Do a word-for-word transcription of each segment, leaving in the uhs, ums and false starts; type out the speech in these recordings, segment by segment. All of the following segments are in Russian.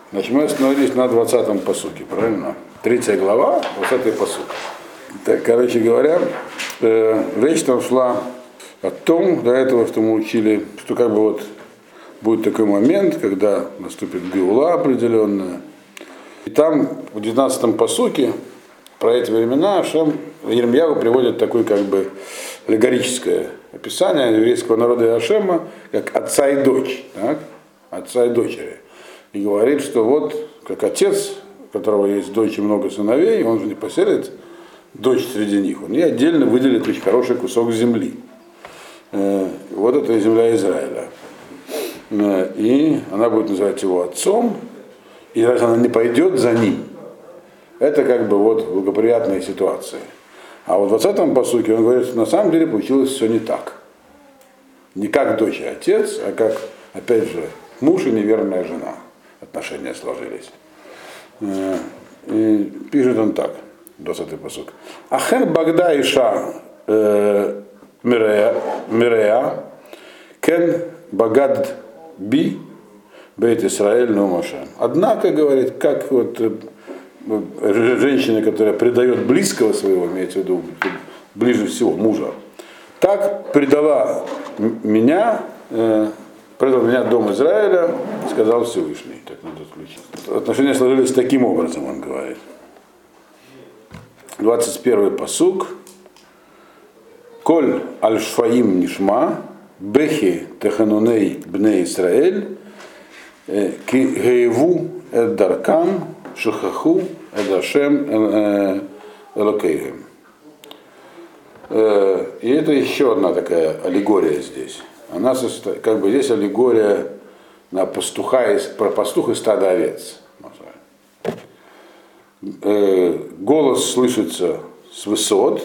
Значит, мы остановились на двадцатом пасуке, правильно? Третья глава, двадцатый пасук. Так, короче говоря, э, речь там шла о том, до этого, что мы учили, что как бы вот будет такой момент, когда наступит геула определенная. И там в девятнадцатом пасуке про эти времена Ашем, Йирмияу приводит такое как бы аллегорическое описание еврейского народа и Ашема, как отца и дочь, так? Отца и дочери. И говорит, что вот как отец, у которого есть дочь и много сыновей, он же не поселит дочь среди них, он ей отдельно выделит очень хороший кусок земли. Вот это земля Израиля. И она будет называть его отцом, и раз она не пойдет за ним, это как бы вот благоприятная ситуация. А вот в двадцатом пасуке он говорит, что на самом деле получилось все не так. Не как дочь и отец, а как, опять же, муж и неверная жена. Отношения сложились. И пишет он так, двадцатый пасук. Ахен Богда Иша Мирея Кен Багад Би Бейт Исраэль Нумаша. Однако, говорит, как вот женщина, которая предает близкого своего, имеется в виду ближе всего, мужа, так предала меня, э, предал меня дом Израиля, сказал Всевышний. Так надо включить. Отношения сложились таким образом, он говорит. двадцать первый пасук. Коль аль-шфаим нишма, бехи техануней бне Исраэль, ки гееву эд-даркан, шухаху эд-ашем элокейгем. И это еще одна такая аллегория здесь. Она состоит, как бы здесь аллегория на пастуха из, про пастух и стада овец. Голос слышится с высот,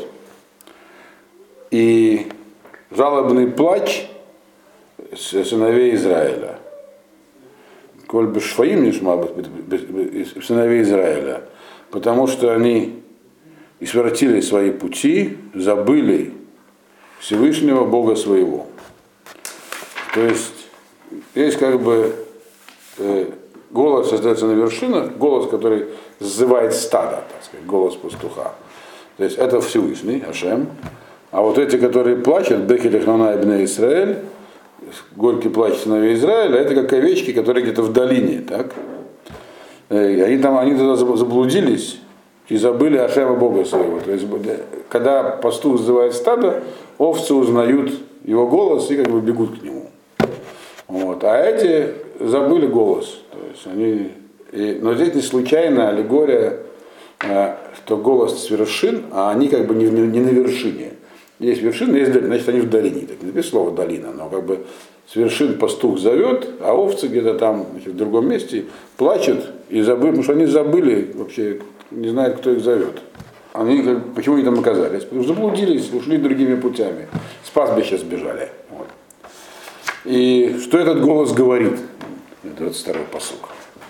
и жалобный плач сыновей Израиля. Коль бы шфаим не шма, сыновей Израиля, потому что они извратили свои пути, забыли Всевышнего Бога своего. То есть есть как бы э, голос создается на вершинах, голос, который сзывает стадо, так сказать, голос пастуха. То есть это Всевышний, Ашем. А вот эти, которые плачут, Бехи Лехнана и Бне Исраэль, горький плач сыновей Израиля, это как овечки, которые где-то в долине, так? И они там, они туда заблудились и забыли Ашема Бога своего. То есть, когда пастух сзывает стадо, овцы узнают его голос и как бы бегут к нему. Вот. А эти забыли голос. То есть они, и, но здесь не случайно аллегория, что голос с вершин, а они как бы не, не, не на вершине. Есть вершина, есть долина, значит они в долине. Так не написано слово долина, но как бы с вершин пастух зовет, а овцы где-то там, значит, в другом месте плачут и забыли, потому что они забыли вообще, не знают, кто их зовет. Они, как, почему они там оказались? Потому что заблудились, ушли другими путями, с пастбища сбежали. Вот. И что этот голос говорит? двадцать второй пасук.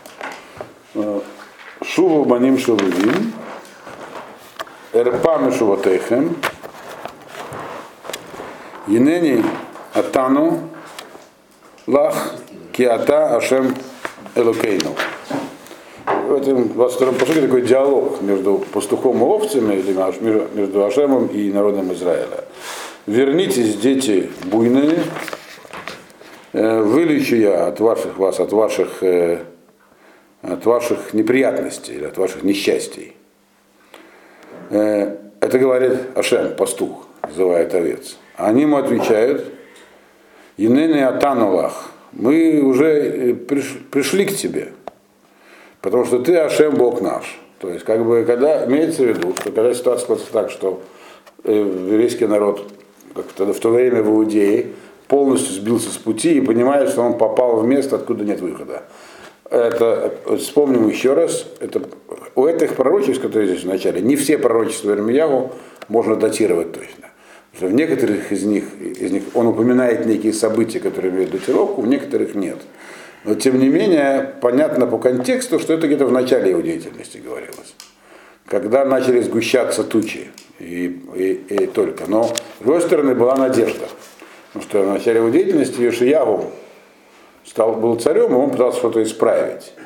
Шуву баним шувувим, эрпам шуватейхем, Енени атану лах киата ашем элокейну. В этом двадцать втором пасуке такой диалог между пастухом и овцами, или между Ашемом и народом Израиля. Вернитесь, дети буйные, вылечу я от ваших вас, от ваших, от ваших неприятностей или от ваших несчастий. Это говорит Ашем, пастух, называет овец. Они ему отвечают, Енени атанулах, мы уже приш, пришли к тебе, потому что ты Ашем Бог наш. То есть, как бы, когда имеется в виду, что когда ситуация складывается так, что еврейский народ как тогда, в то время в Иудее полностью сбился с пути и понимает, что он попал в место, откуда нет выхода. Это, вспомним еще раз, это, у этих пророчеств, которые здесь в начале, не все пророчества Йирмияу можно датировать точно. В некоторых из них, из них он упоминает некие события, которые имеют датировку, в некоторых нет. Но тем не менее, понятно по контексту, что это где-то в начале его деятельности говорилось. Когда начали сгущаться тучи, и, и, и только. Но, с другой стороны, была надежда. Потому что в начале его деятельности Йошияву стал, был царем, и он пытался что-то исправить.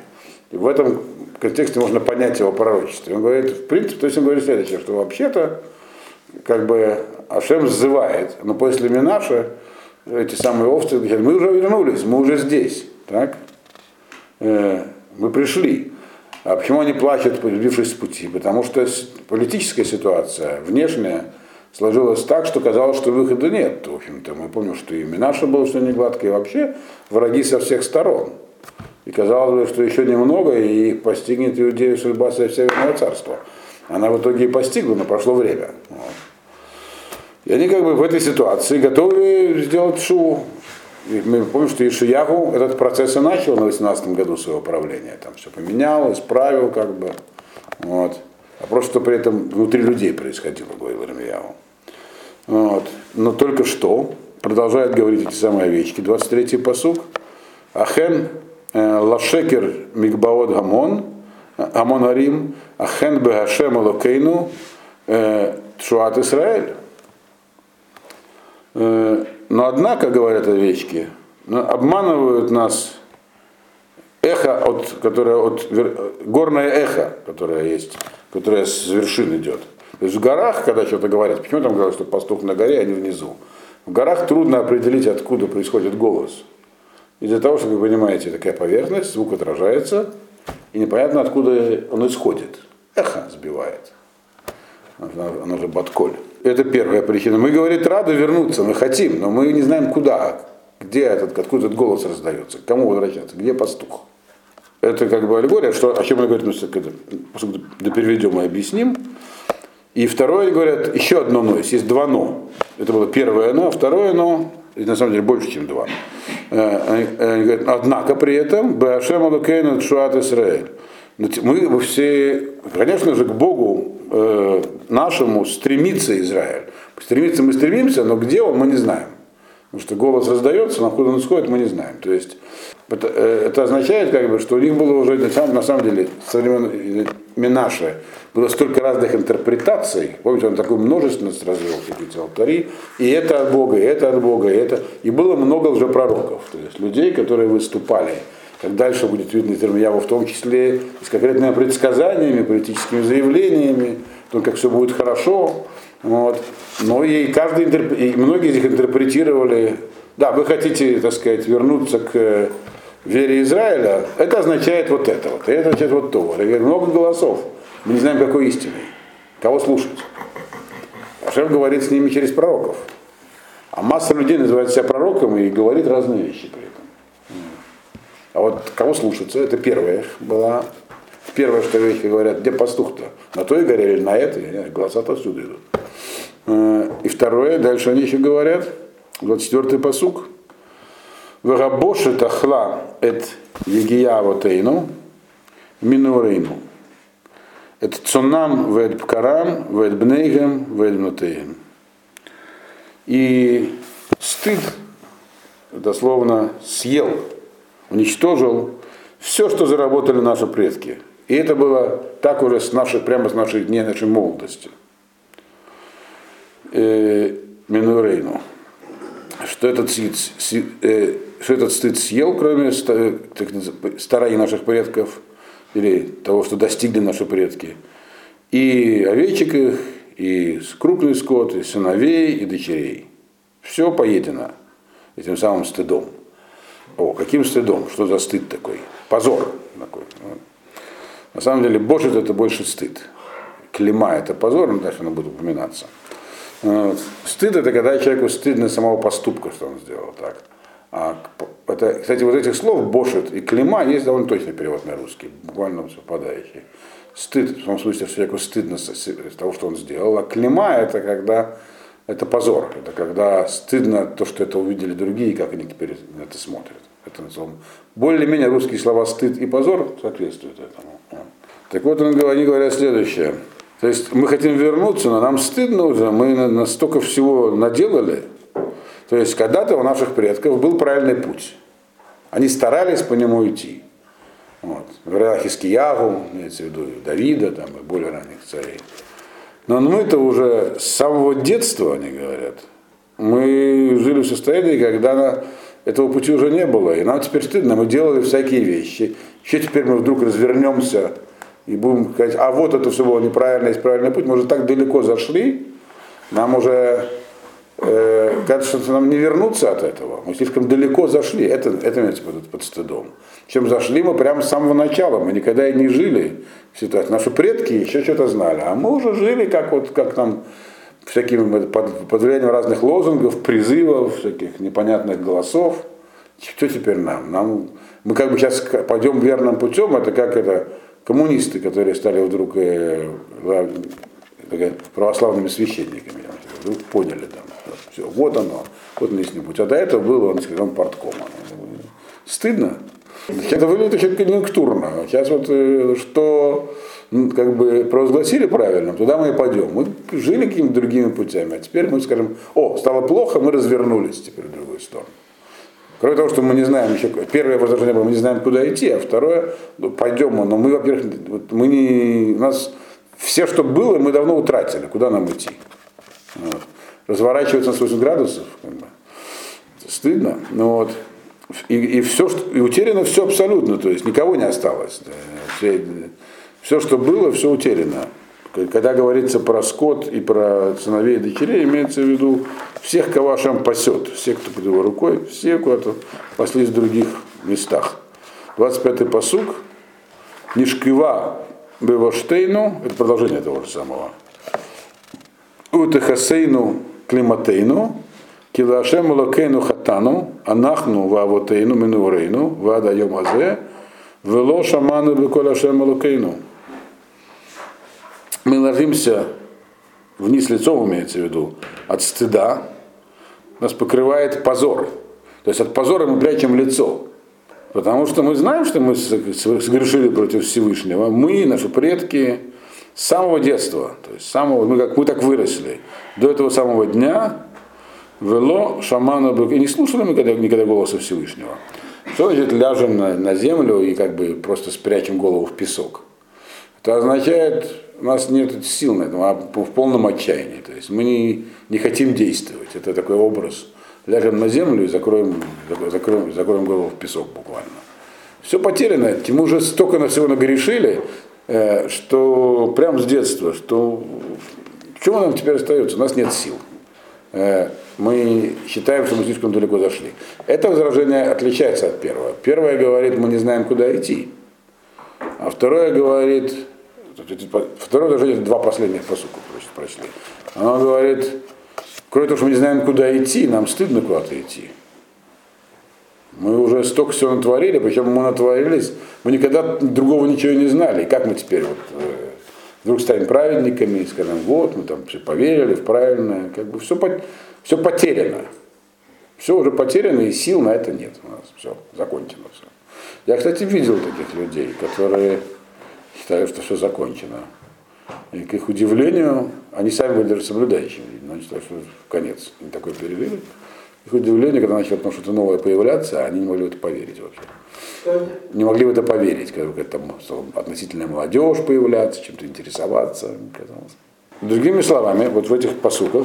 И в этом контексте можно понять его пророчество. Он говорит, в принципе, то есть он говорит следующее, что вообще-то, как бы, Ашем сзывает, но после Минаша эти самые овцы говорят, мы уже вернулись, мы уже здесь, так? Э, мы пришли. А почему они плачут, сбившись с пути? Потому что политическая ситуация, внешняя, сложилась так, что казалось, что выхода нет. В общем-то, мы помним, что и Минаша было все не гладко, и вообще враги со всех сторон. И казалось бы, что еще немного, и их постигнет иудею судьба Северного царства. Она в итоге и постигла, но прошло время. Вот. И они как бы в этой ситуации готовы сделать шоу. И мы помним, что Ишияху этот процесс и начал на восемнадцатом году своего правления. Там все поменял, исправил как бы. Вот. А просто что при этом внутри людей происходило, говорил Ирмияху. Вот. Но только что, продолжает говорить эти самые овечки, двадцать третий пасук. Ахен лашекер мигбаот гамон, гамон арим, ахен бегашем алокейну тшуат Исраэль. Но однако, говорят овечки, обманывают нас эхо, от, которое от, горное эхо, которое есть, которое с вершин идет. То есть в горах, когда что-то говорят, почему там говорят, что пастух на горе, а не внизу? В горах трудно определить, откуда происходит голос. Из-за того, что, вы понимаете, такая поверхность, звук отражается, и непонятно, откуда он исходит. Эхо сбивает. Оно же Батколь. Это первая причина. Мы, говорит, рады вернуться, мы хотим, но мы не знаем куда, где этот, откуда этот голос раздается, к кому возвращаться, где пастух. Это как бы аллегория, что, о чем они говорят, мы до переведем и объясним. И второе, они говорят, еще одно но, есть два но. Это было первое но, второе но, и на самом деле больше, чем два. Они, они говорят, однако при этом, Беашем Алокейну Тшуат Исраэль. Мы все, конечно же, к Богу э, нашему стремится Израиль. Стремиться мы стремимся, но где он, мы не знаем. Потому что голос раздается, но откуда он исходит, мы не знаем. То есть это, это означает, как бы, что у них было уже, на самом, на самом деле, со времен Минаша было столько разных интерпретаций. Помните, он такую множественность развел, эти алтари. И это от Бога, и это от Бога, и это. И было много лжепророков. То есть людей, которые выступали. Как дальше будет видно из Ирмияху, в том числе с конкретными предсказаниями, политическими заявлениями, то, как все будет хорошо. Вот. Но и, каждый, и многие из них интерпретировали, да, вы хотите, так сказать, вернуться к вере Израиля, это означает вот это вот, и это означает вот то. Много голосов, мы не знаем, какой истинный, кого слушать. Ашем говорит с ними через пророков. А масса людей называет себя пророком и говорит разные вещи при этом. А вот кого слушаться, это первое была. Первое, что вещи говорят, где пастух-то? На той горе или на этой? Голоса-то отсюда идут. И второе, дальше они еще говорят, двадцать четвёртый пасук. Варабоши тахла эт егиявотейну минурейну. Это цунам вэд пкарам, вэд бнейгем, вэд мнутейгем. И стыд, дословно, съел, уничтожил все, что заработали наши предки. И это было так уже с наших, прямо с наших дней, нашей молодости. Э, Минурейну. Что этот, стыд, э, что этот стыд съел, кроме стараний наших предков, или того, что достигли наши предки. И овечек их, и крупный скот, и сыновей, и дочерей. Все поедено этим самым стыдом. О, каким стыдом? Что за стыд такой? Позор такой. На самом деле, бошит это больше стыд. Клима это позор, но дальше оно будет упоминаться. Вот. Стыд это когда человеку стыдно самого поступка, что он сделал так. А это, кстати, вот этих слов бошит и клима есть довольно точный перевод на русский, буквально совпадающий. Стыд, в том смысле, что человеку стыдно с, с того, что он сделал. А клима это когда это позор. Это когда стыдно то, что это увидели другие, как они теперь на это смотрят. Это более-менее русские слова стыд и позор соответствуют этому. Так вот, они говорят следующее. То есть мы хотим вернуться, но нам стыдно уже, мы настолько всего наделали. То есть когда-то у наших предков был правильный путь. Они старались по нему идти. Вот. В Хискиягу, имеется в виду Давида там, и более ранних царей. Но мы-то уже с самого детства, они говорят, мы жили в состоянии, когда этого пути уже не было, и нам теперь стыдно, мы делали всякие вещи. Еще теперь мы вдруг развернемся и будем сказать, а вот это все было неправильно, есть правильный путь, мы уже так далеко зашли, нам уже э, кажется, что нам не вернуться от этого, мы слишком далеко зашли, это, это имеется под, под стыдом. Чем зашли мы прямо с самого начала, мы никогда и не жили в ситуации. Наши предки еще что-то знали, а мы уже жили как, вот, как там, всякими, под, под влиянием разных лозунгов, призывов, всяких непонятных голосов. Что теперь нам? нам? Мы как бы сейчас пойдем верным путем, это как это коммунисты, которые стали вдруг э, православными священниками, вдруг поняли там, все, вот оно, вот нынешний путь. А до этого было, он сказал, партком. Стыдно. Это выглядит очень конъюнктурно. Сейчас вот что как бы провозгласили правильно, туда мы и пойдем. Мы жили какими-то другими путями, а теперь мы скажем, о, стало плохо, мы развернулись теперь в другую сторону. Кроме того, что мы не знаем еще, первое возражение было, мы не знаем, куда идти, а второе, ну, пойдем, но мы, во-первых, вот мы не, у нас все, что было, мы давно утратили, куда нам идти. Вот. Разворачиваться на восемьдесят градусов, как бы, стыдно, но вот. И, и, все, что, и утеряно все абсолютно, то есть никого не осталось. Все, все, что было, все утеряно. Когда говорится про скот и про сыновей и дочерей, имеется в виду всех, кого Ашем пасет, всех, кто под его рукой, все куда-то паслись в других местах. двадцать пятый пасук. Нишкива бевоштейну, это продолжение того же самого. Утехасейну климатейну. Килашем локейну хатану, анахну вавотейну минурейну, вадаем азе, вело шаману беколашем локейну. Мы ложимся вниз лицом, имеется в виду, от стыда, нас покрывает позор. То есть от позора мы прячем лицо. Потому что мы знаем, что мы согрешили против Всевышнего. Мы, наши предки, с самого детства, то есть с самого, мы, как, мы так выросли, до этого самого дня, вело шамана, и не слушали мы никогда, никогда голоса Всевышнего. Что значит ляжем на, на землю и как бы просто спрячем голову в песок? Это означает, у нас нет сил на этом, а в полном отчаянии. То есть мы не, не хотим действовать. Это такой образ. Ляжем на землю и закроем, закроем, закроем голову в песок буквально. Все потеряно. Мы уже столько на всего нагрешили, что прям с детства, что чего нам теперь остается? У нас нет сил. Мы считаем, что мы слишком далеко зашли. Это возражение отличается от первого. Первое говорит, мы не знаем, куда идти. А второе говорит, второе возражение, два последних посука прочли. Оно говорит, кроме того, что мы не знаем, куда идти, нам стыдно куда-то идти. Мы уже столько всего натворили, причем мы натворились, мы никогда другого ничего не знали. И как мы теперь вот, вдруг станем праведниками и скажем, вот, мы там все поверили в правильное, как бы все, все потеряно. Все уже потеряно, и сил на это нет у нас. Все, закончено все. Я, кстати, видел таких людей, которые считают, что все закончено. И к их удивлению, они сами были даже соблюдающими, но они считают, что конец. Они такой перерыв. К их удивлению, когда начало там что-то новое появляться, они не могли в это поверить вообще. Не могли в это поверить, когда там относительная молодежь появляться, чем-то интересоваться. Другими словами, вот в этих посуках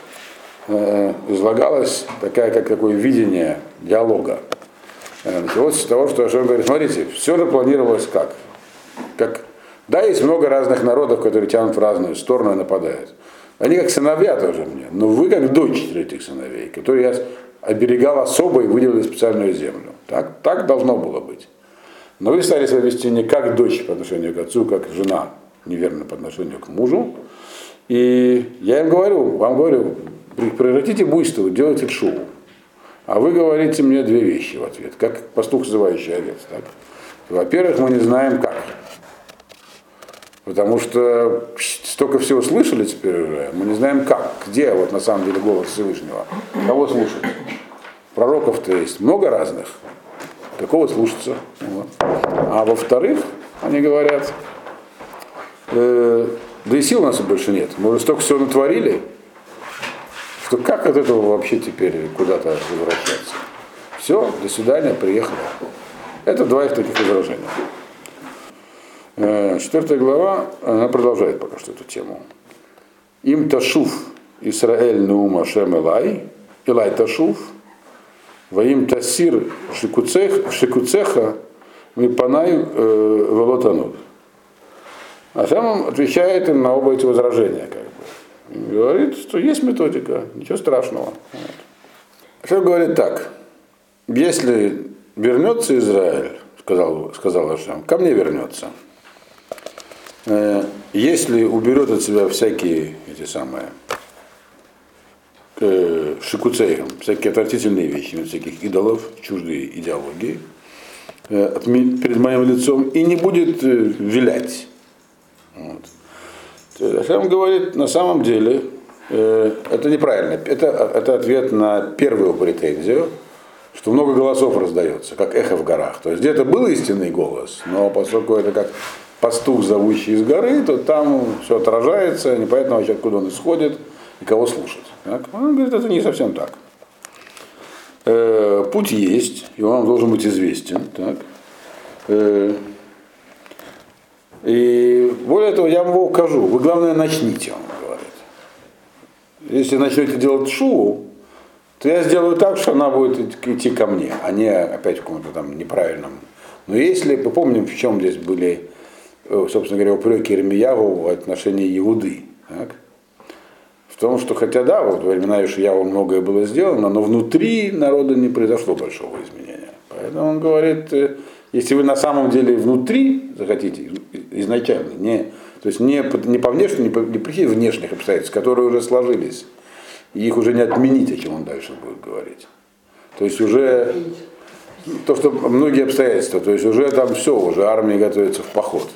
э, излагалось такая, как такое видение диалога. Э, началось с того, что Ашем говорит, смотрите, все же планировалось как? как? Да, есть много разных народов, которые тянут в разную сторону и нападают. Они как сыновья тоже мне, но вы как дочь этих сыновей, которые я оберегал особо и выделил специальную землю. Так, так должно было быть. Но вы стали себя вести не как дочь по отношению к отцу, как жена неверно по отношению к мужу. И я им говорю, вам говорю, прекратите буйство, делайте шоу. А вы говорите мне две вещи в ответ, как пастух, сзывающий овец. Так? Во-первых, мы не знаем как. Потому что столько всего слышали теперь уже, мы не знаем как, где вот на самом деле голос Всевышнего, кого слушать. Пророков-то есть много разных, какого слушаться. Вот. А во-вторых, они говорят, э, да и сил у нас больше нет, мы уже столько всего натворили, что как от этого вообще теперь куда-то возвращаться. Все, до свидания, приехали. Это два их таких возражения. Четвертая глава, она продолжает пока что эту тему. Им ташуф Исраэль нуум Ашем Элай, Элай ташуф, Воим Тассир Шикуцеха Мипанай Волотанут. А сам он отвечает им на оба эти возражения. Как бы. И говорит, что есть методика, ничего страшного. Вот. Что говорит так, если вернется Израиль, сказал, сказал Ашем, ко мне вернется. Если уберет от себя всякие эти самые шикуцеем, всякие отвратительные вещи, всяких идолов, чуждые идеологии, перед моим лицом и не будет вилять. Вот. Ашем говорит, на самом деле, это неправильно. Это, это ответ на первую претензию, что много голосов раздается, как эхо в горах. То есть где-то был истинный голос, но поскольку это как пастух, зовущий из горы, то там все отражается, непонятно вообще, откуда он исходит и кого слушать. Так? Он говорит, это не совсем так. Э, путь есть, и он должен быть известен. Так? Э, и более того, я вам его укажу. Вы, главное, начните, он говорит. Если начнете делать шоу, то я сделаю так, что она будет идти ко мне, а не опять в каком-то там неправильном. Но если, мы помним, в чем здесь были, собственно говоря, упреки Ирмиягу в отношении Иуды. Так? В том, что хотя да, вот во времена Ишияу многое было сделано, но внутри народа не произошло большого изменения. Поэтому он говорит, если вы на самом деле внутри захотите, изначально, не, то есть не, не по внешним, не по не причине внешних обстоятельств, которые уже сложились, и их уже не отменить, о чем он дальше будет говорить. То есть уже то, что многие обстоятельства, то есть уже там все, уже армия готовится в поход.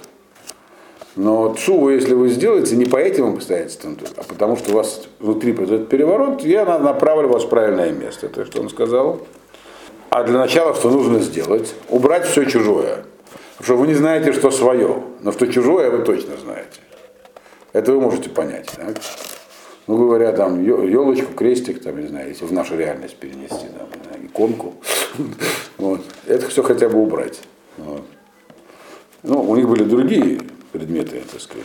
Но тшуву, если вы сделаете, не по этим обстоятельствам, а потому что у вас внутри произойдет переворот, я направлю вас в правильное место. Это что он сказал. А для начала, что нужно сделать? Убрать все чужое. Потому что вы не знаете, что свое, но что чужое вы точно знаете. Это вы можете понять. Так? Ну, говоря, там, елочку, крестик, там, не знаю, если в нашу реальность перенести, там, не знаю, иконку. Вот. Это все хотя бы убрать. Вот. Ну, у них были другие предметы, так сказать.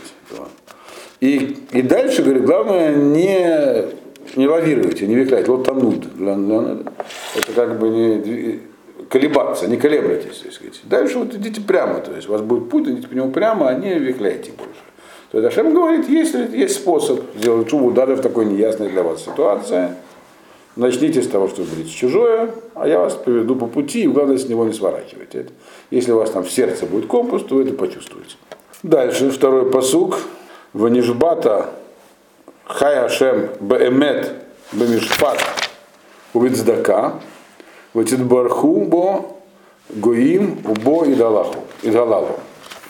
И, и дальше, говорит, главное не, не лавировать, не вихлять, вот тонут. Это как бы не колебаться, не колеблетесь, так сказать. Дальше вот идите прямо, то есть у вас будет путь, идите по нему прямо, а не вихляйте больше. То есть Ашем говорит, есть, есть способ сделать шубу даже в такой неясной для вас ситуации. Начните с того, что уберите чужое, а я вас поведу по пути, и главное с него не сворачивайте. Это, если у вас там в сердце будет компас, то вы это почувствуете. Дальше второй пасук. Ванишбата хай Ашем беэмет бемишпат увицдака ватидбарху бо гоим убо идалаху идалалу.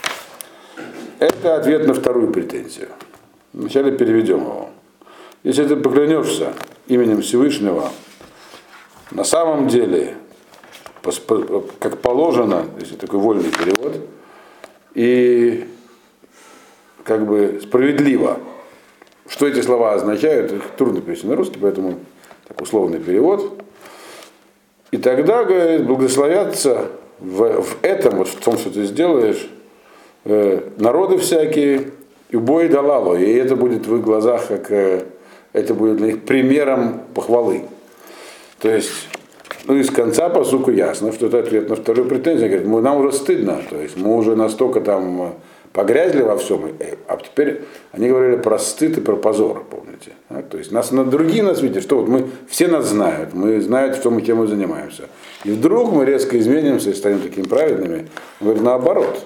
Это ответ на вторую претензию. Вначале переведем его. Если ты поклянешься именем Всевышнего, на самом деле, как положено, если такой вольный перевод, и как бы справедливо, что эти слова означают, их трудно перевести на русский, поэтому так условный перевод. И тогда, говорит, благословятся в, в этом, вот в том, что ты сделаешь, э, народы всякие, и бой далалу, и это будет в их глазах, как э, это будет для них примером похвалы. То есть, ну, из конца пасука ясно, что это ответ на вторую претензию. Говорит, мы, нам уже стыдно, то есть мы уже настолько там погрязли во всем, а теперь они говорили про стыд и про позор, помните. Да? То есть нас на другие нас видят, что вот мы, все нас знают, мы знаем, что мы чем мы занимаемся. И вдруг мы резко изменимся и станем такими праведными. Он говорит, наоборот.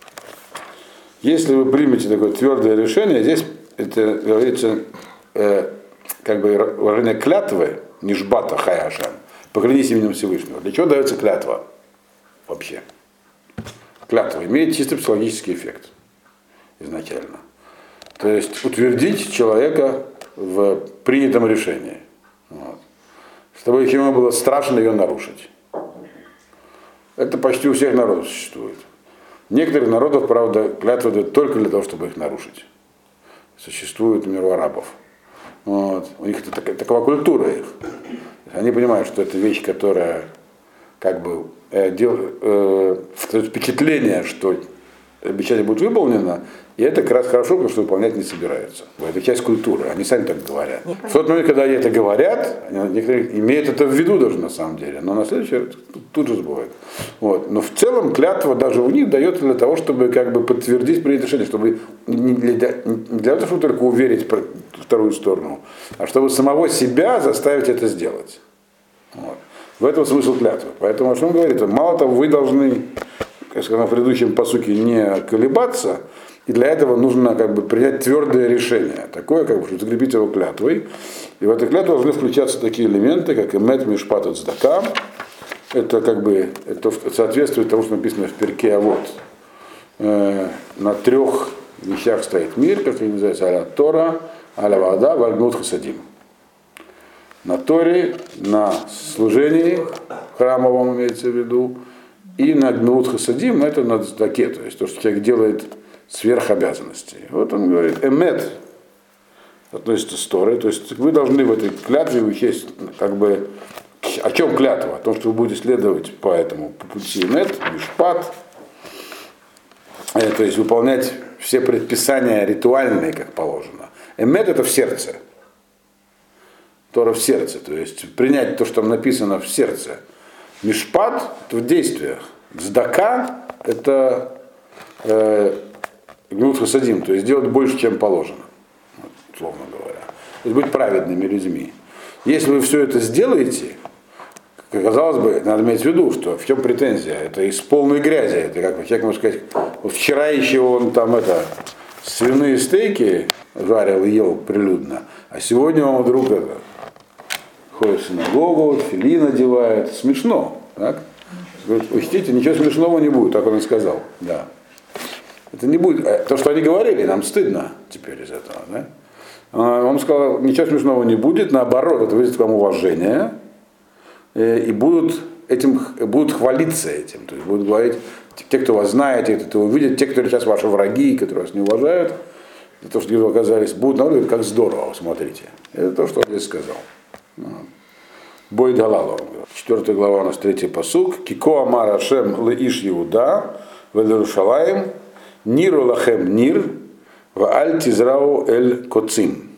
Если вы примете такое твердое решение, здесь это говорится, э, как бы выражение клятвы, нишбата хаяшам, поклянись именем Всевышнего. Для чего дается клятва вообще? Клятва имеет чисто психологический эффект изначально. То есть утвердить человека в принятом решении. Вот. Чтобы ему было страшно ее нарушить. Это почти у всех народов существует. Некоторых народов, правда, клятвы дают только для того, чтобы их нарушить. Существует, например, у арабов. Вот. У них это такая, такова культура их. Они понимают, что это вещь, которая как бы э, делает э, впечатление, что обещание будет выполнено, и это как раз хорошо, потому что выполнять не собираются. Это часть культуры, они сами так говорят. В тот момент, когда они это говорят, некоторые имеют это в виду даже на самом деле, но на следующий раз тут же забывают. Вот. Но в целом клятва даже у них дается для того, чтобы как бы подтвердить принятое решение, чтобы не для, не для того, чтобы только уверить вторую сторону, а чтобы самого себя заставить это сделать. Вот. В этом смысл клятвы. Поэтому, о чем говорит, мало того, вы должны, как сказано в предыдущем пасуке, не колебаться, и для этого нужно как бы принять твердое решение, такое, как бы, чтобы закрепить его клятвой. И в этой клятве должны включаться такие элементы, как эмет, мишпат, цдака. Это как бы это соответствует тому, что написано в перке, а вот э, на трех вещах стоит мир, как они называются, аля Тора, аля Ваада, вальгнут хасадим. На Торе, на служении храмовом имеется в виду, и на гмилут хасадим, это на цдаке, то есть то, что человек делает сверх обязанностей. Вот он говорит, эмет относится с Торой, то есть вы должны в этой клятве учесть, как бы, о чем клятва? О том, что вы будете следовать по этому по пути эмет, мишпат, то есть выполнять все предписания ритуальные, как положено. Эмет это в сердце. Тора в сердце, то есть принять то, что там написано в сердце. Мишпат это в действиях. Цдака это гмилут хасадим, то есть делать больше, чем положено, условно говоря. То есть быть праведными людьми. Если вы все это сделаете, казалось бы, надо иметь в виду, что в чем претензия? Это из полной грязи. Это как человек может сказать, вот вчера еще он там это свиные стейки жарил и ел прилюдно, а сегодня он вдруг это ходит в синагогу, филин надевает. Смешно, так? Говорит, учтите, ничего смешного не будет, так он и сказал. Да. Это не будет. То, что они говорили, нам стыдно теперь из этого. Да? Он сказал, ничего смешного не будет, наоборот, это вызовет к вам уважение, и будут, этим, будут хвалиться этим. То есть будут говорить, те, кто вас знает, те, кто увидит, те, кто сейчас ваши враги, которые вас не уважают, за то, что вы оказались, будут говорить, как здорово, смотрите. Это то, что он здесь сказал. Бой Далала. Четвертая глава у нас третий пасук. Кико амар Ашем леиш Иуда в Иерушалаим ниру лахем нир в аль тизрау эль коцим.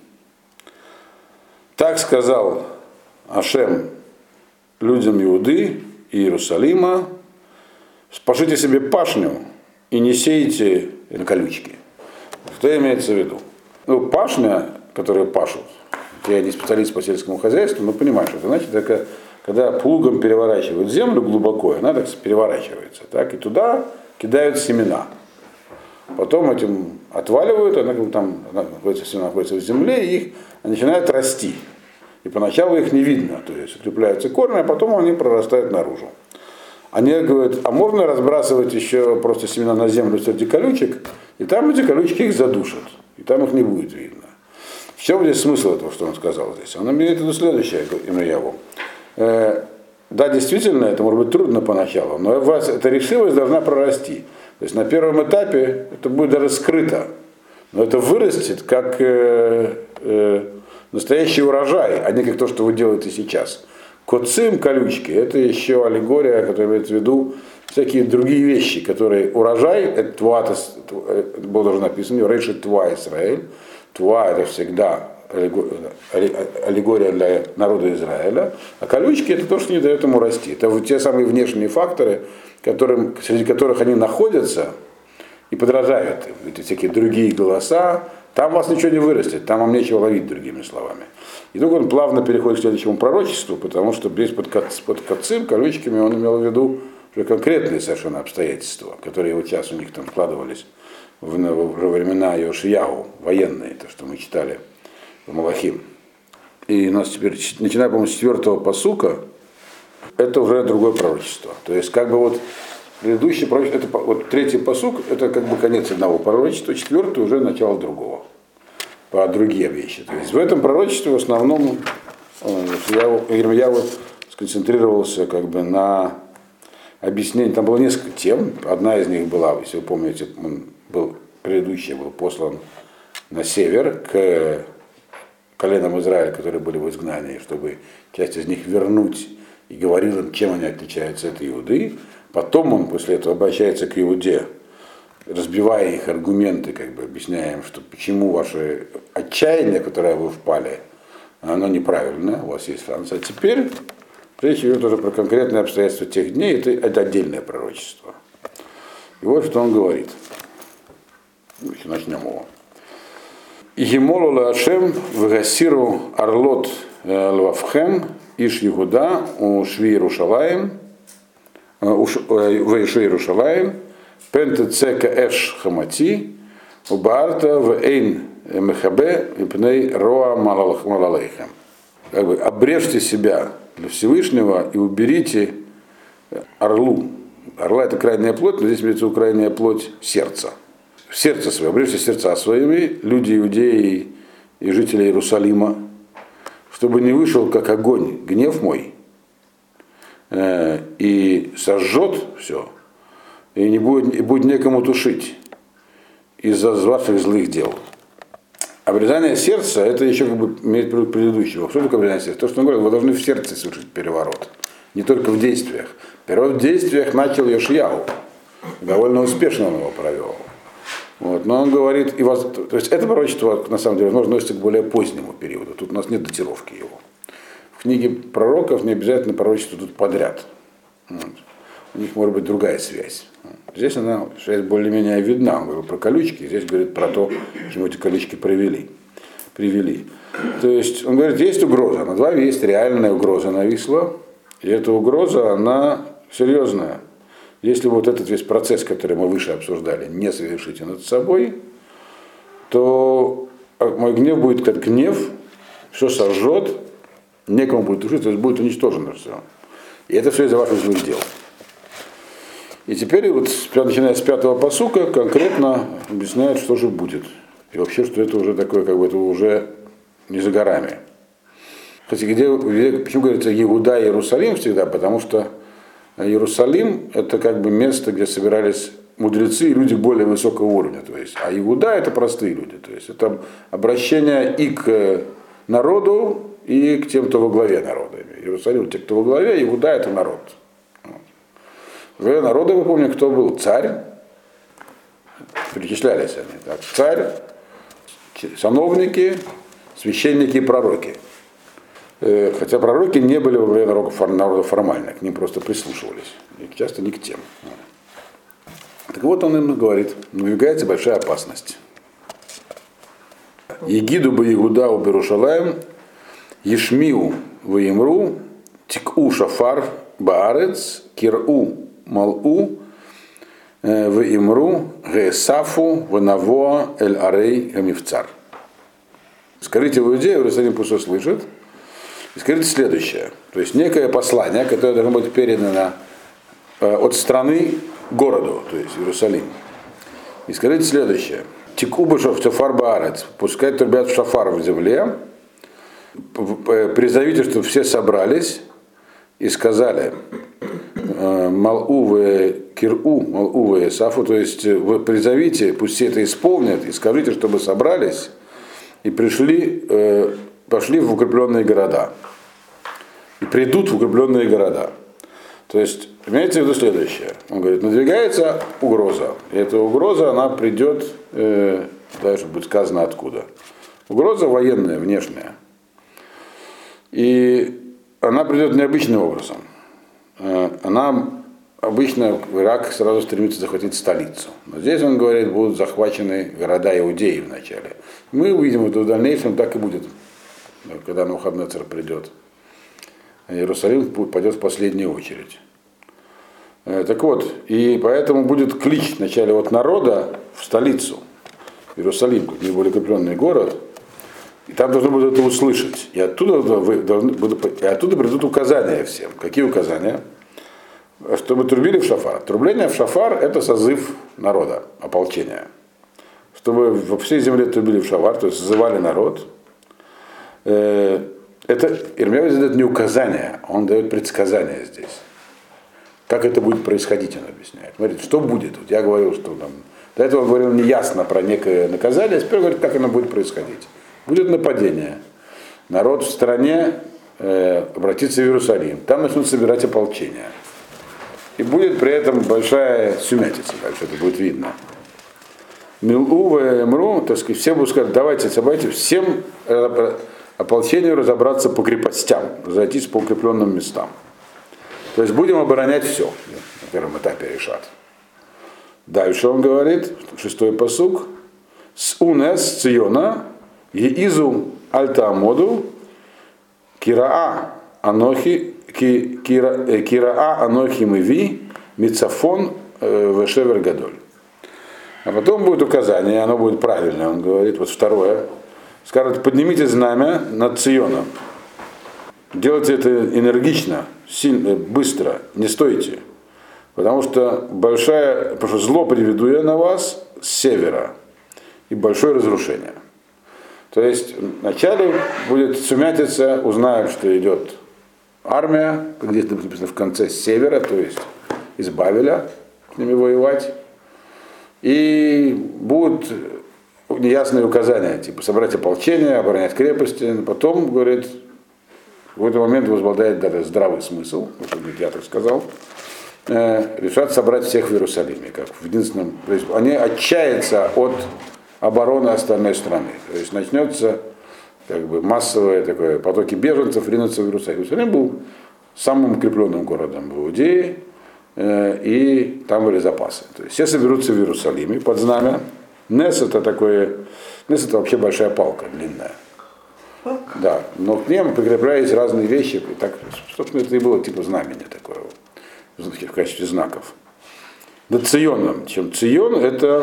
Так сказал Ашем людям Иуды и Иерусалима: спашите себе пашню и не сейте колючки. Что имеется в виду? Ну, пашня, которую пашут, я не специалист по сельскому хозяйству, но понимаю, что это значит, это когда плугом переворачивают землю глубоко, она так переворачивается, так, и туда кидают семена. Потом этим отваливают, она там она находится, семена находятся в земле, и их начинают расти. И поначалу их не видно, то есть укрепляются корни, а потом они прорастают наружу. Они говорят, а можно разбрасывать еще просто семена на землю среди колючек, и там эти колючки их задушат, и там их не будет видно. В чем здесь смысл этого, что он сказал здесь? Он имеет в виду следующее, Ирмияу. Э, да, действительно, это может быть трудно поначалу, но у вас эта решимость должна прорасти. То есть на первом этапе это будет даже скрыто, но это вырастет как э, э, настоящий урожай, а не как то, что вы делаете сейчас. Коцим, колючки, это еще аллегория, которая имеет в виду всякие другие вещи, которые урожай, это тва, это было даже написано, рейши тва Израиль. Тва это всегда аллегория для народа Израиля, а колючки это то, что не дает ему расти. Это вот те самые внешние факторы, которым, среди которых они находятся и подражают им. Эти всякие другие голоса, там у вас ничего не вырастет, там вам нечего ловить, другими словами. И только он плавно переходит к следующему пророчеству, потому что здесь под, под кацим, колючками, он имел в виду уже конкретные совершенно обстоятельства, которые вот сейчас у них там складывались в, в времена Йошияу, военные, то, что мы читали в Малахим. И у нас теперь, начиная, по-моему, с четвертого пасука, это уже другое пророчество. То есть, как бы вот предыдущий пророчество, это вот третий пасук, это как бы конец одного пророчества, четвертый уже начало другого, по другие вещи. То есть в этом пророчестве в основном Ирмияу сконцентрировался как бы на объяснении, там было несколько тем, одна из них была, если вы помните, он был, предыдущий был послан на север к коленам Израиля, которые были в изгнании, чтобы часть из них вернуть, и говорил им, чем они отличаются от Иуды. Потом он после этого обращается к Иуде разбивая их аргументы, как бы объясняя им, что почему ваше отчаяние, в которое вы впали, оно неправильное, у вас есть шанс. А теперь речь идет уже про конкретные обстоятельства тех дней, это, это отдельное пророчество. И вот что он говорит. Начнем его. Гимолу лашем вгасиру арлот лвавхем иш Егуда у шви Иерушалаем в Иши Иерушалаем пентецека эш хамати убаарта в эйн мехабе и пней роа малалейхем. Как бы обрежьте себя для Всевышнего и уберите орлу. Орла это крайняя плоть, но здесь имеется крайняя плоть сердца. Сердце свое, обрежьте сердца своими, люди иудеи и жители Иерусалима, чтобы не вышел как огонь гнев мой э, и сожжет все, и не будет, и будет некому тушить из-за ваших злых дел. Обрезание сердца, это еще как бы имеет предыдущего. Что такое обрезание сердца? То, что он говорит, вы должны в сердце совершить переворот, не только в действиях. Переворот в действиях начал Йошияу, довольно успешно он его провел. Вот. Но он говорит, и вас, то есть это пророчество, на самом деле, возможно, относится к более позднему периоду. Тут у нас нет датировки его. В книге пророков не обязательно пророчество тут подряд. Вот. У них может быть другая связь. Здесь она, связь более-менее видна. Он говорил про колючки, здесь говорит про то, к чему эти колючки привели. привели. То есть он говорит, есть угроза. Над вами есть реальная угроза нависла. И эта угроза, она серьезная. Если вот этот весь процесс, который мы выше обсуждали, не совершите над собой, то мой гнев будет как гнев, все сожжет, некому будет тушить, то есть будет уничтожено все. И это все из-за ваших злых дел. И теперь, вот, начиная с пятого пасука, конкретно объясняют, что же будет. И вообще, что это уже такое, как бы это уже не за горами. Кстати, где, почему говорится Иуда и Иерусалим всегда? Потому что Иерусалим это как бы место, где собирались мудрецы и люди более высокого уровня. То есть, а Иуда это простые люди. То есть это обращение и к народу, и к тем, кто во главе народа. Иерусалим, те, кто во главе, Иуда это народ. Во главе народа, вы помните, кто был? Царь. Перечислялись они. Так, царь, сановники, священники и пророки. Хотя пророки не были во главе народа формально, к ним просто прислушивались. И часто не к тем. Так вот он им говорит, надвигается большая опасность. Егиду бы Иуда у Берушалаем, Ешмиу Ваимру, Тику Шафар Баарец, Киру Малу, Ваимру, Гесафу, Ванавоа, Эль Арей, Гамифцар. Скажите в Иудее, Иерусалим пусть услышит. И скажите следующее. То есть некое послание, которое должно быть передано э, от страны к городу, то есть Иерусалим. И скажите следующее. Тикуба шафар баарец, пускай трубят шафар в земле, призовите, чтобы все собрались и сказали Малу в Киру, Малу в Исафу, то есть вы призовите, пусть все это исполнят, и скажите, чтобы собрались и пришли, э, пошли в укрепленные города. И придут в укрепленные города. То есть, имеется в виду следующее. Он говорит, надвигается угроза. И эта угроза, она придет, э, дальше будет сказано откуда. Угроза военная, внешняя. И она придет необычным образом. Э, она обычно, Ирак сразу стремится захватить столицу. Но здесь, он говорит, будут захвачены города Иудеи вначале. Мы увидим, что в дальнейшем так и будет, когда Навуходоносор придет. Иерусалим пойдет в последнюю очередь. Так вот, и поэтому будет клич вначале от народа в столицу, Иерусалим, как наиболее укрепленный город, и там должны будут это услышать. И оттуда, вы должны, и оттуда придут указания всем. Какие указания? Чтобы трубили в шафар. Трубление в шафар – это созыв народа, ополчения. Чтобы во всей земле трубили в шафар, то есть созывали народ. Это Ирмияу дает не указания, он дает предсказания здесь. Как это будет происходить, он объясняет. Говорит, что будет? Вот я говорил, что там. До этого он говорил неясно про некое наказание, а теперь говорит, как оно будет происходить. Будет нападение. Народ в стране э, обратится в Иерусалим. Там начнут собирать ополчение. И будет при этом большая сумятица, дальше это будет видно. Милу МРУ, так сказать, все будут сказать, давайте, давайте всем ополчению разобраться по крепостям, разойтись по укрепленным местам. То есть будем оборонять все, на первом этапе решат. Дальше он говорит, шестой пасук, с унес циона, еизу альтаамоду, кираа анохи, кира, кираа анохи миви, мицафон вешевер гадоль. А потом будет указание, оно будет правильное, он говорит, вот второе, скажет, поднимите знамя над Ционом. Делайте это энергично, сильно, быстро, не стойте. Потому что большое, потому что зло приведу я на вас с севера и большое разрушение. То есть вначале будет сумятица, узнают, что идет армия, где-то написано в конце с севера, то есть из Бавеля с ними воевать. И будут неясные указания, типа собрать ополчение, оборонять крепости. Потом, говорит, в этот момент возобладает даже здравый смысл, вот я так сказал, э, решат собрать всех в Иерусалиме, как в единственном. То есть они отчаятся от обороны остальной страны. То есть начнется как бы массовые такое, потоки беженцев ринутся в Иерусалим. Иерусалим был самым укрепленным городом в Иудее, и там были запасы. То есть все соберутся в Иерусалиме под знамя. Нес это такое, Нес это вообще большая палка, длинная. Да, но к ним прикреплялись разные вещи. И так, собственно, это и было типа знамения такое, в качестве знаков. Над Ционом. Чем Цион это,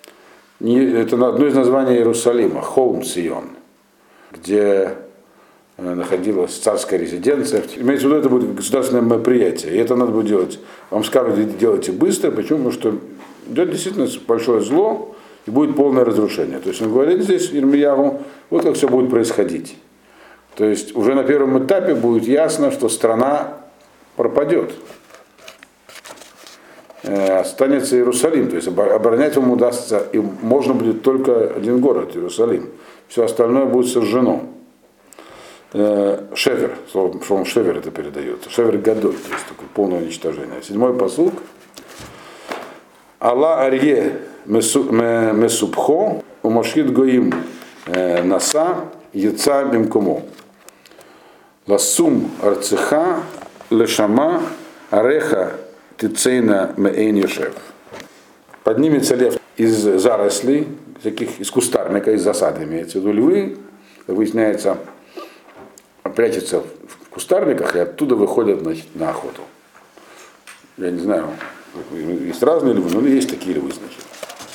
это одно из названий Иерусалима, холм Цион, где находилась царская резиденция. Имеется в виду, это будет государственное мероприятие. И это надо будет делать. Вам скажут, делайте быстро. Почему? Потому что идет действительно большое зло и будет полное разрушение. То есть он говорит здесь Ирмиягу, вот как все будет происходить. То есть уже на первом этапе будет ясно, что страна пропадет. Останется Иерусалим. То есть оборонять вам удастся, и можно будет только один город, Иерусалим. Все остальное будет сожжено. Шевер, словом шевер это передается. Шевер гадоль, то есть такое полное уничтожение. Седьмой пасук. Алла арье месупхо умашхит гоим наса яца мимкумо. Ласум арцеха лешама ареха тицейна меэйн йошев. Поднимется лев из зарослей, таких из кустарника, из засады имеется в виду львы, выясняется, прячутся в кустарниках и оттуда выходят, значит, на охоту. Я не знаю, есть разные львы, но есть такие львы, значит.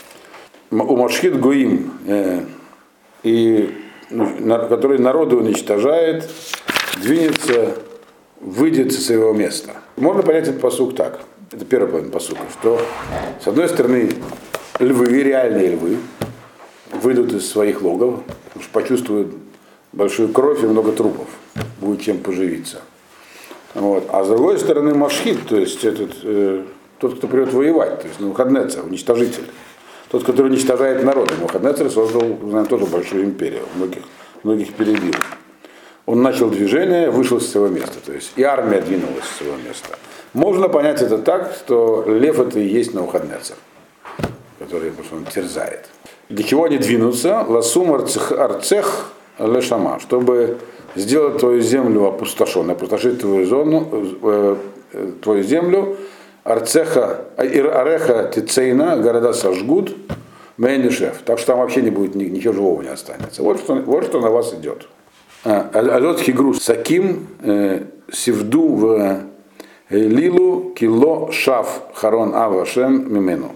У Машхит Гуим, э, и, на, который народы уничтожает, двинется, выйдет со своего места. Можно понять этот пасук так. Это первый половина пасука, что с одной стороны львы, реальные львы, выйдут из своих логов, потому что почувствуют большую кровь и много трупов, будет чем поживиться. Вот. А с другой стороны Машхит, то есть этот, э, тот, кто придет воевать, то есть Навуходоносор, уничтожитель. Тот, который уничтожает народы. Навуходоносор создал, знаем, тоже большую империю, многих, многих перебил. Он начал движение, вышел с своего места, то есть и армия двинулась с своего места. Можно понять это так, что лев это и есть Навуходоносор, который, потому что он терзает. Для чего они двинутся? Ласум арцех лешама, чтобы сделать твою землю опустошенной, опустошить твою зону, э, э, твою землю, арцеха, ареха тицейна, города сожгут, мейнишев, так что там вообще не будет, ничего живого не останется. Вот что, вот что на вас идет. Алот хигрус саким сивду в лилу кило шав харон авашем мимену.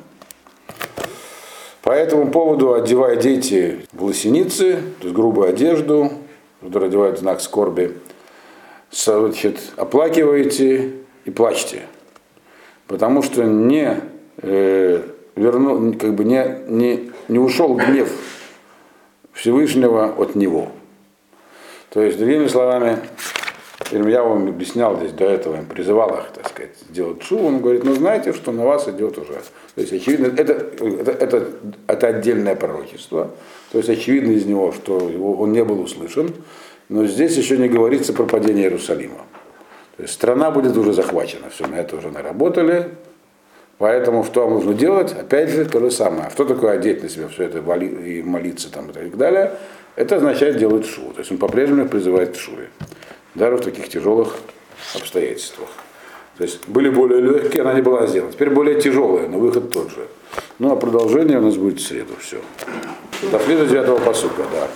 По этому поводу одевайте волосеницы, то есть грубую одежду, которую одевают в знак скорби, значит, оплакивайте и плачьте, потому что не, э, верну, как бы не, не, не ушел гнев Всевышнего от него. То есть, другими словами, я вам объяснял здесь до этого, им призывал их, так сказать, сделать шоу, он говорит, ну знаете, что на вас идет уже. То есть, очевидно, это, это, это, это отдельное пророчество, то есть, очевидно из него, что его, он не был услышан, но здесь еще не говорится про падение Иерусалима. То есть, страна будет уже захвачена, все, на это уже наработали, Поэтому что нужно делать? Опять же, то же самое. Что такое одеть на себя все это и молиться там, и так далее? Это означает делать шуву. То есть он по-прежнему призывает к шуве. Даже в таких тяжелых обстоятельствах. То есть были более легкие, она не была сделана. Теперь более тяжелые, но выход тот же. Ну а продолжение у нас будет в среду. Все. Дошли до девятого пасука, да.